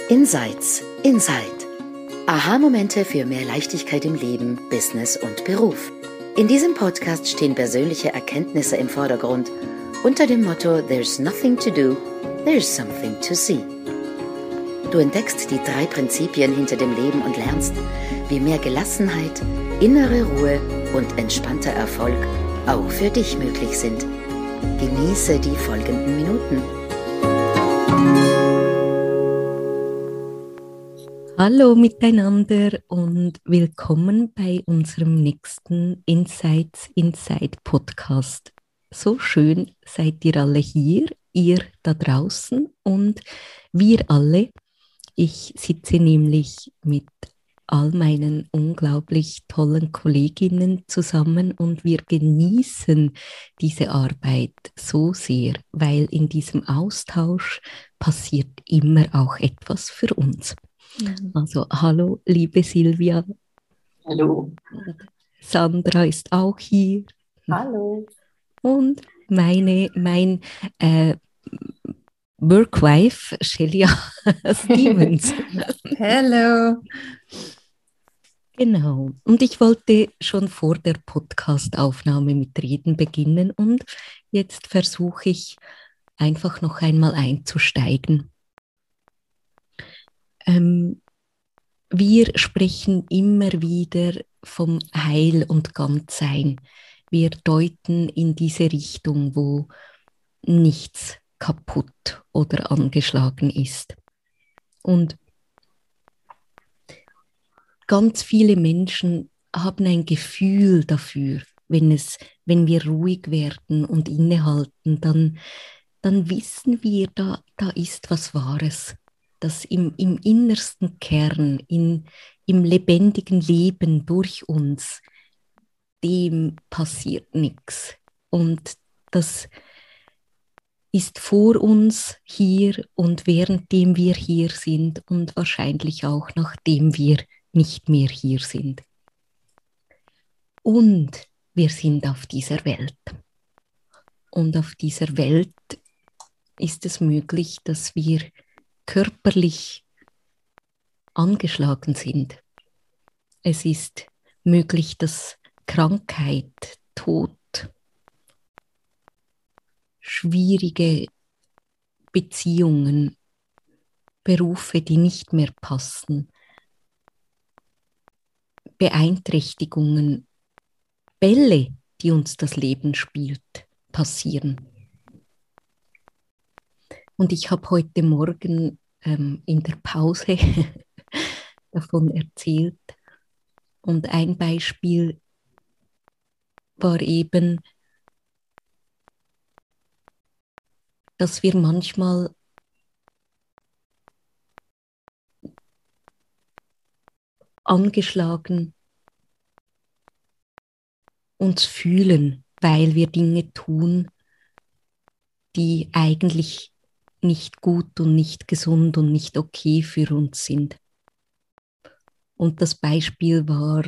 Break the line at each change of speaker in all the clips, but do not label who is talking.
Insights Inside. Aha-Momente für mehr Leichtigkeit im Leben, Business und Beruf. In diesem Podcast stehen persönliche Erkenntnisse im Vordergrund unter dem Motto There's nothing to do, there's something to see. Du entdeckst die 3 Prinzipien hinter dem Leben und lernst, wie mehr Gelassenheit, innere Ruhe und entspannter Erfolg auch für dich möglich sind. Genieße die folgenden Minuten.
Hallo miteinander und willkommen bei unserem nächsten Insights Inside Podcast. So schön seid ihr alle hier, ihr da draußen und wir alle. Ich sitze nämlich mit all meinen unglaublich tollen Kolleginnen zusammen und wir genießen diese Arbeit so sehr, weil in diesem Austausch passiert immer auch etwas für uns. Also hallo liebe Silvia.
Hallo.
Sandra ist auch hier.
Hallo.
Und mein Workwife Shelia Stevens.
Hello.
Genau. Und ich wollte schon vor der Podcast-Aufnahme mit Reden beginnen und jetzt versuche ich einfach noch einmal einzusteigen. Wir sprechen immer wieder vom Heil- und Ganzsein. Wir deuten in diese Richtung, wo nichts kaputt oder angeschlagen ist. Und ganz viele Menschen haben ein Gefühl dafür, wenn wir ruhig werden und innehalten, dann wissen wir, da ist was Wahres. Dass im innersten Kern, im lebendigen Leben durch uns, dem passiert nichts. Und das ist vor uns hier und währenddem wir hier sind und wahrscheinlich auch nachdem wir nicht mehr hier sind. Und wir sind auf dieser Welt. Und auf dieser Welt ist es möglich, dass wir körperlich angeschlagen sind. Es ist möglich, dass Krankheit, Tod, schwierige Beziehungen, Berufe, die nicht mehr passen, Beeinträchtigungen, Bälle, die uns das Leben spielt, passieren. Und ich habe heute Morgen in der Pause davon erzählt. Und ein Beispiel war eben, dass wir manchmal angeschlagen uns fühlen, weil wir Dinge tun, die eigentlich nicht gut und nicht gesund und nicht okay für uns sind. Und das Beispiel war,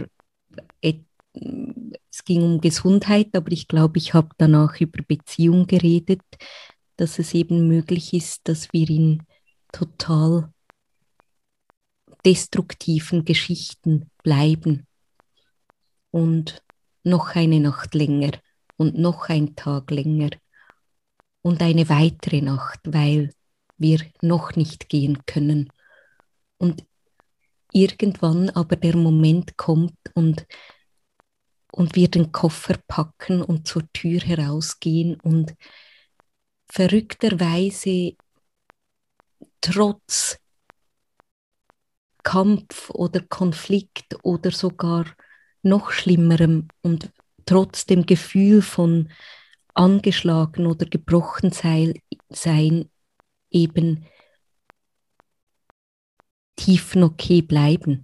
es ging um Gesundheit, aber ich glaube, ich habe danach über Beziehung geredet, dass es eben möglich ist, dass wir in total destruktiven Geschichten bleiben und noch eine Nacht länger und noch ein Tag länger und eine weitere Nacht, weil wir noch nicht gehen können. Und irgendwann aber der Moment kommt und wir den Koffer packen und zur Tür herausgehen und verrückterweise trotz Kampf oder Konflikt oder sogar noch Schlimmerem und trotz dem Gefühl von angeschlagen oder gebrochen sein eben tiefen okay bleiben,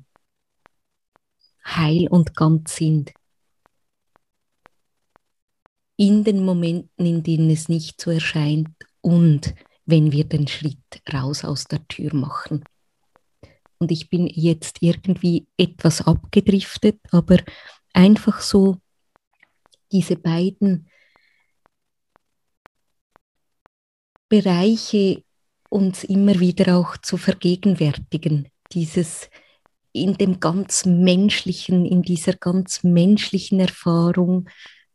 heil und ganz sind. In den Momenten, in denen es nicht so erscheint und wenn wir den Schritt raus aus der Tür machen. Und ich bin jetzt irgendwie etwas abgedriftet, aber einfach so diese beiden Bereiche uns immer wieder auch zu vergegenwärtigen, dieses in dem ganz menschlichen, in dieser ganz menschlichen Erfahrung,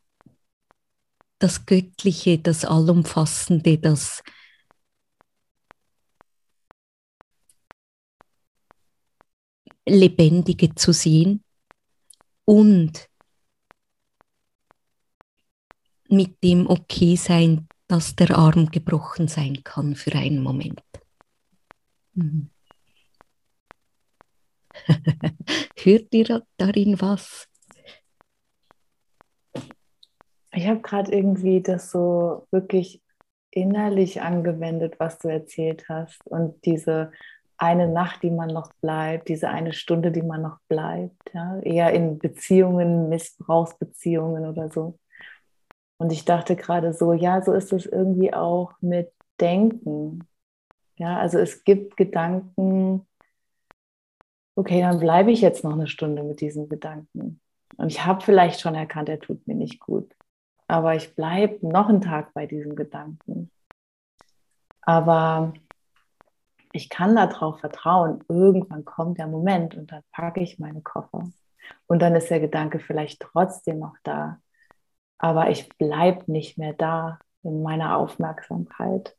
das Göttliche, das Allumfassende, das Lebendige zu sehen und mit dem okay sein, dass der Arm gebrochen sein kann für einen Moment. Mhm. Hört ihr darin was?
Ich habe gerade irgendwie das so wirklich innerlich angewendet, was du erzählt hast. Und diese eine Nacht, die man noch bleibt, diese eine Stunde, die man noch bleibt, ja, eher in Beziehungen, Missbrauchsbeziehungen oder so. Und ich dachte gerade so, ja, so ist es irgendwie auch mit Denken. Ja, also es gibt Gedanken, okay, dann bleibe ich jetzt noch eine Stunde mit diesem Gedanken. Und ich habe vielleicht schon erkannt, er tut mir nicht gut. Aber ich bleibe noch einen Tag bei diesem Gedanken. Aber ich kann darauf vertrauen, irgendwann kommt der Moment und dann packe ich meine Koffer. Und dann ist der Gedanke vielleicht trotzdem noch da. Aber ich bleibe nicht mehr da in meiner Aufmerksamkeit.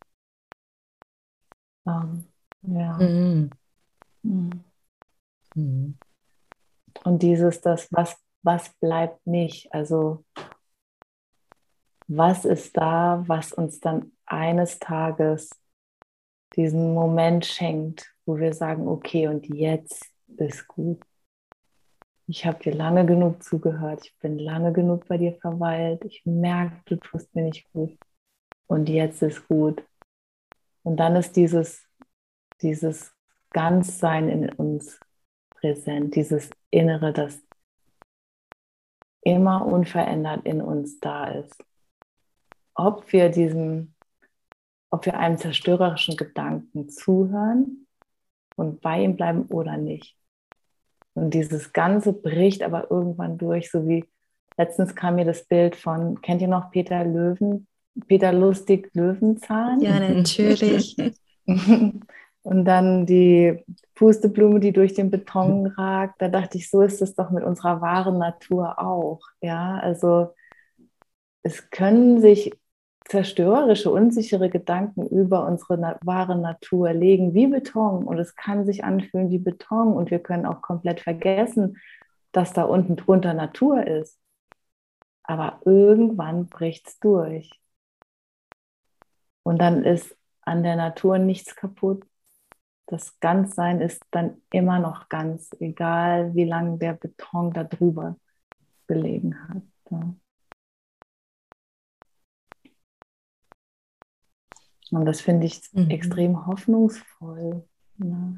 Ja.
Mhm.
Mhm.
Mhm.
Und was bleibt nicht? Also was ist da, was uns dann eines Tages diesen Moment schenkt, wo wir sagen, okay, und jetzt ist gut. Ich habe dir lange genug zugehört, ich bin lange genug bei dir verweilt, ich merke, du tust mir nicht gut und jetzt ist gut. Und dann ist dieses Ganzsein in uns präsent, dieses Innere, das immer unverändert in uns da ist. Ob wir einem zerstörerischen Gedanken zuhören und bei ihm bleiben oder nicht. Und dieses Ganze bricht aber irgendwann durch, so wie letztens kam mir das Bild von, kennt ihr noch Peter Lustig Löwenzahn?
Ja, natürlich.
Und dann die Pusteblume, die durch den Beton ragt. Da dachte ich, so ist es doch mit unserer wahren Natur auch. Ja, also es können sich zerstörerische, unsichere Gedanken über unsere wahre Natur legen, wie Beton. Und es kann sich anfühlen wie Beton. Und wir können auch komplett vergessen, dass da unten drunter Natur ist. Aber irgendwann bricht es durch. Und dann ist an der Natur nichts kaputt. Das Ganzsein ist dann immer noch ganz, egal wie lange der Beton da drüber gelegen hat. Ja. Und das finde ich extrem hoffnungsvoll. Ja.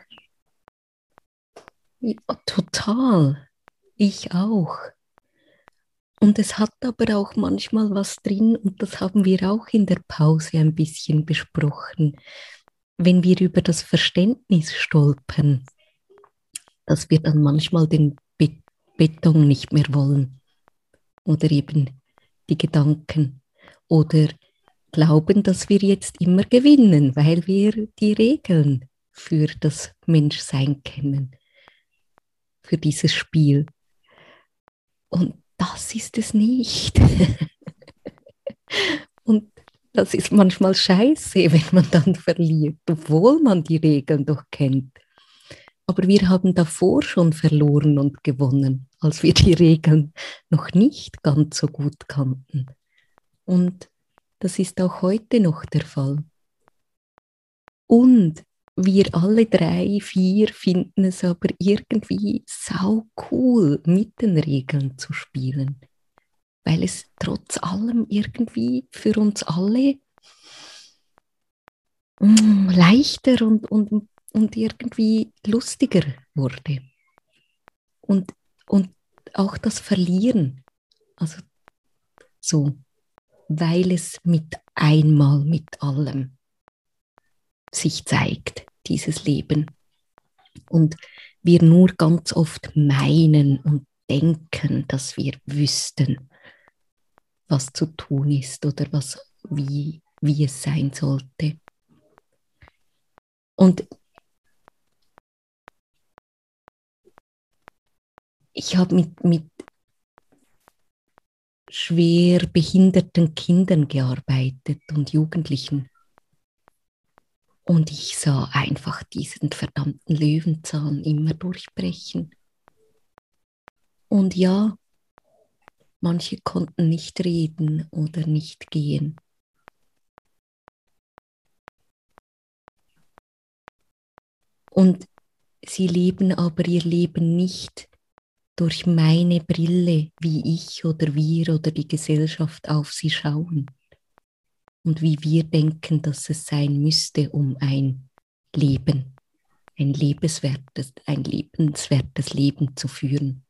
Ja, total. Ich auch. Und es hat aber auch manchmal was drin, und das haben wir auch in der Pause ein bisschen besprochen, wenn wir über das Verständnis stolpern, dass wir dann manchmal den Beton nicht mehr wollen oder eben die Gedanken oder glauben, dass wir jetzt immer gewinnen, weil wir die Regeln für das Menschsein kennen, für dieses Spiel. Und das ist es nicht. Und das ist manchmal scheiße, wenn man dann verliert, obwohl man die Regeln doch kennt. Aber wir haben davor schon verloren und gewonnen, als wir die Regeln noch nicht ganz so gut kannten. Und das ist auch heute noch der Fall. Und wir alle 3, 4 finden es aber irgendwie sau cool, mit den Regeln zu spielen, weil es trotz allem irgendwie für uns alle leichter und irgendwie lustiger wurde. Und auch das Verlieren, also so, weil es mit einmal mit allem sich zeigt, dieses Leben. Und wir nur ganz oft meinen und denken, dass wir wüssten, was zu tun ist oder wie es sein sollte. Und ich habe mit schwer behinderten Kindern gearbeitet und Jugendlichen. Und ich sah einfach diesen verdammten Löwenzahn immer durchbrechen. Und ja, manche konnten nicht reden oder nicht gehen. Und sie leben aber ihr Leben nicht durch meine Brille, wie ich oder wir oder die Gesellschaft auf sie schauen und wie wir denken, dass es sein müsste, um ein Leben, ein lebenswertes Leben zu führen.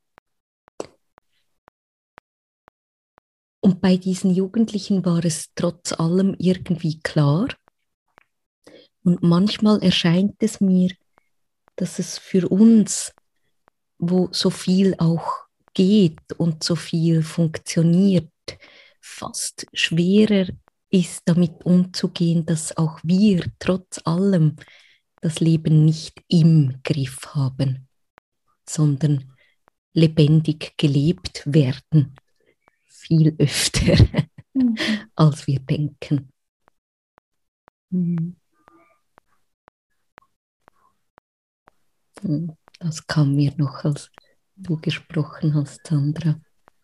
Und bei diesen Jugendlichen war es trotz allem irgendwie klar. Und manchmal erscheint es mir, dass es für uns, wo so viel auch geht und so viel funktioniert, fast schwerer ist, damit umzugehen, dass auch wir trotz allem das Leben nicht im Griff haben, sondern lebendig gelebt werden, viel öfter, als wir denken. Das kam mir noch, als du gesprochen hast, Sandra.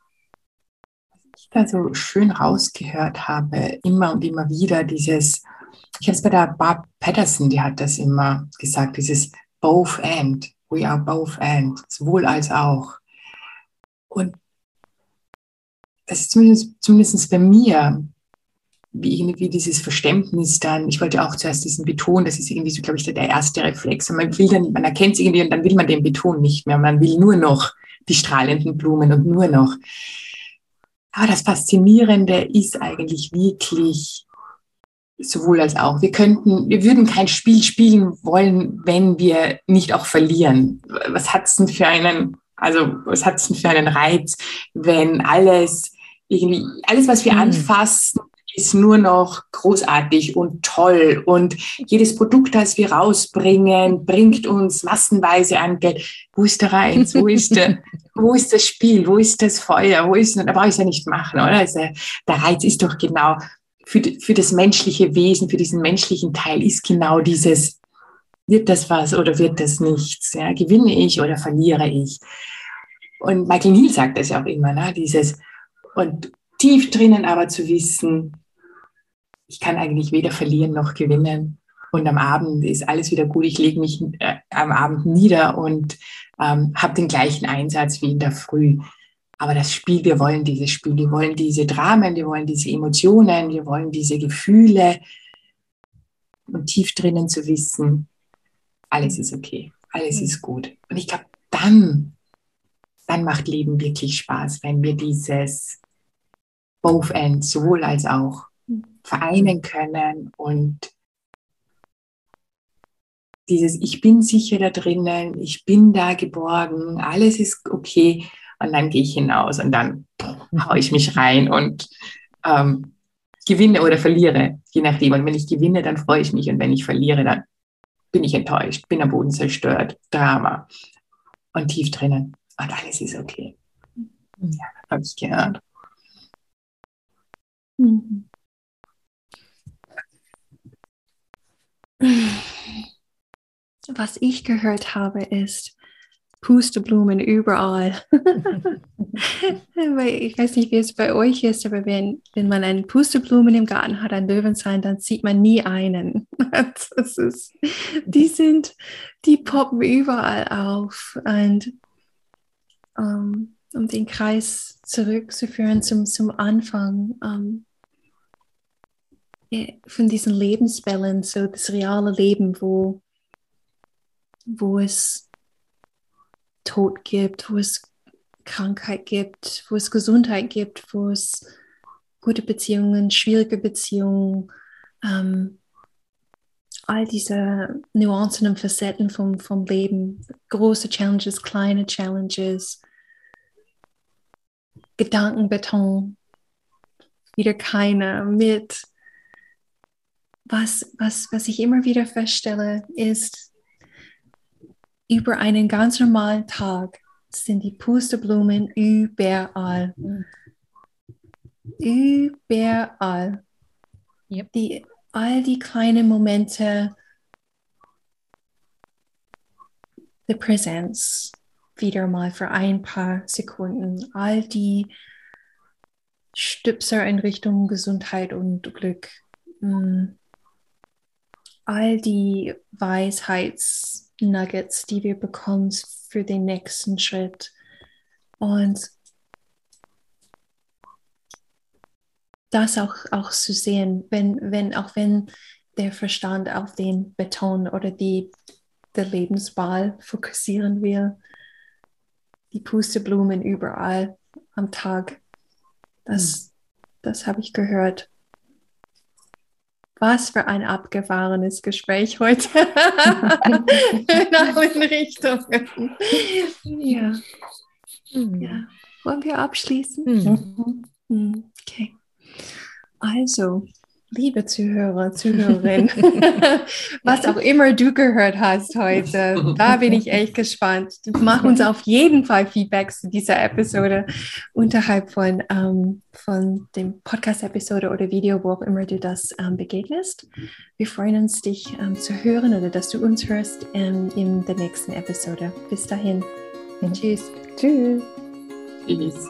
Was ich da so schön rausgehört habe, immer und immer wieder dieses, ich habe es bei der Barb Patterson, die hat das immer gesagt, dieses both and, we are both and, sowohl als auch. Und das ist zumindest bei mir, wie irgendwie dieses Verständnis dann, ich wollte auch zuerst diesen Beton, das ist irgendwie so, glaube ich, der erste Reflex. Und man will dann, man erkennt es irgendwie und dann will man den Beton nicht mehr. Man will nur noch die strahlenden Blumen und nur noch. Aber das Faszinierende ist eigentlich wirklich sowohl als auch. Wir würden kein Spiel spielen wollen, wenn wir nicht auch verlieren. Was hat's denn für einen Reiz, wenn alles, was wir anfassen, ist nur noch großartig und toll und jedes Produkt, das wir rausbringen, bringt uns massenweise an Geld. Wo ist der Reiz? Wo ist das Spiel? Wo ist das Feuer? Da brauche ich es ja nicht machen, oder? Also, der Reiz ist doch genau für das menschliche Wesen, für diesen menschlichen Teil ist genau dieses, wird das was oder wird das nichts? Ja? Gewinne ich oder verliere ich? Und Michael Neill sagt das ja auch immer, ne? Dieses, und tief drinnen aber zu wissen, ich kann eigentlich weder verlieren noch gewinnen. Und am Abend ist alles wieder gut. Ich lege mich am Abend nieder und habe den gleichen Einsatz wie in der Früh. Aber das Spiel, wir wollen dieses Spiel, wir wollen diese Dramen, wir wollen diese Emotionen, wir wollen diese Gefühle. Und tief drinnen zu wissen, alles ist okay, alles ist gut. Und ich glaube, dann macht Leben wirklich Spaß, wenn wir dieses both and, sowohl als auch, vereinen können und dieses, ich bin sicher da drinnen, ich bin da geborgen, alles ist okay und dann gehe ich hinaus und dann haue ich mich rein und gewinne oder verliere, je nachdem. Und wenn ich gewinne, dann freue ich mich und wenn ich verliere, dann bin ich enttäuscht, bin am Boden zerstört, Drama und tief drinnen und alles ist okay. Ja, habe ich gehört.
Was ich gehört habe, ist Pusteblumen überall. Weil ich weiß nicht, wie es bei euch ist, aber wenn man eine Pusteblumen im Garten hat, ein Löwenzahn, dann sieht man nie einen. Die poppen überall auf. Und um den Kreis zurückzuführen zum Anfang von diesen Lebenswellen, so das reale Leben, wo es Tod gibt, wo es Krankheit gibt, wo es Gesundheit gibt, wo es gute Beziehungen, schwierige Beziehungen, all diese Nuancen und Facetten vom Leben, große Challenges, kleine Challenges, Gedankenbeton, wieder keine mit was ich immer wieder feststelle, ist, über einen ganz normalen Tag sind die Pusteblumen überall. Überall.
Yep.
All die kleinen Momente der Präsenz, wieder mal für ein paar Sekunden, all die Stüpser in Richtung Gesundheit und Glück, all die Weisheitsnuggets, die wir bekommen für den nächsten Schritt. Und das auch zu sehen, wenn der Verstand auf den Beton oder der Lebensball fokussieren will, die Pusteblumen überall am Tag, das habe ich gehört. Was für ein abgefahrenes Gespräch heute. In allen Richtungen. Ja. Ja. Wollen wir abschließen? Okay. Also, liebe Zuhörer, Zuhörerin, was auch immer du gehört hast heute, da bin ich echt gespannt. Mach uns auf jeden Fall Feedback zu dieser Episode unterhalb von dem Podcast-Episode oder Video, wo auch immer du das begegnest. Wir freuen uns, dich zu hören oder dass du uns hörst in der nächsten Episode. Bis dahin. Tschüss.
Tschüss.
Tschüss.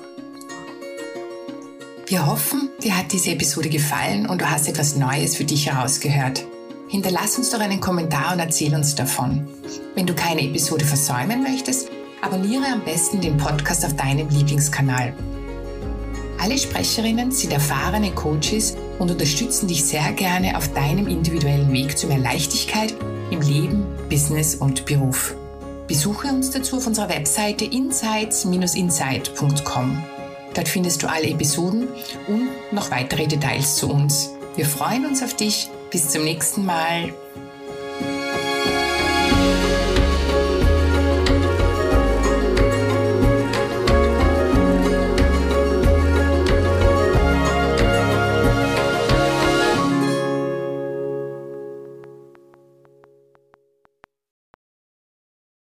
Wir hoffen, dir hat diese Episode gefallen und du hast etwas Neues für dich herausgehört. Hinterlass uns doch einen Kommentar und erzähl uns davon. Wenn du keine Episode versäumen möchtest, abonniere am besten den Podcast auf deinem Lieblingskanal. Alle Sprecherinnen sind erfahrene Coaches und unterstützen dich sehr gerne auf deinem individuellen Weg zu mehr Leichtigkeit im Leben, Business und Beruf. Besuche uns dazu auf unserer Webseite insights-insight.com. Dort findest du alle Episoden und noch weitere Details zu uns. Wir freuen uns auf dich. Bis zum nächsten Mal.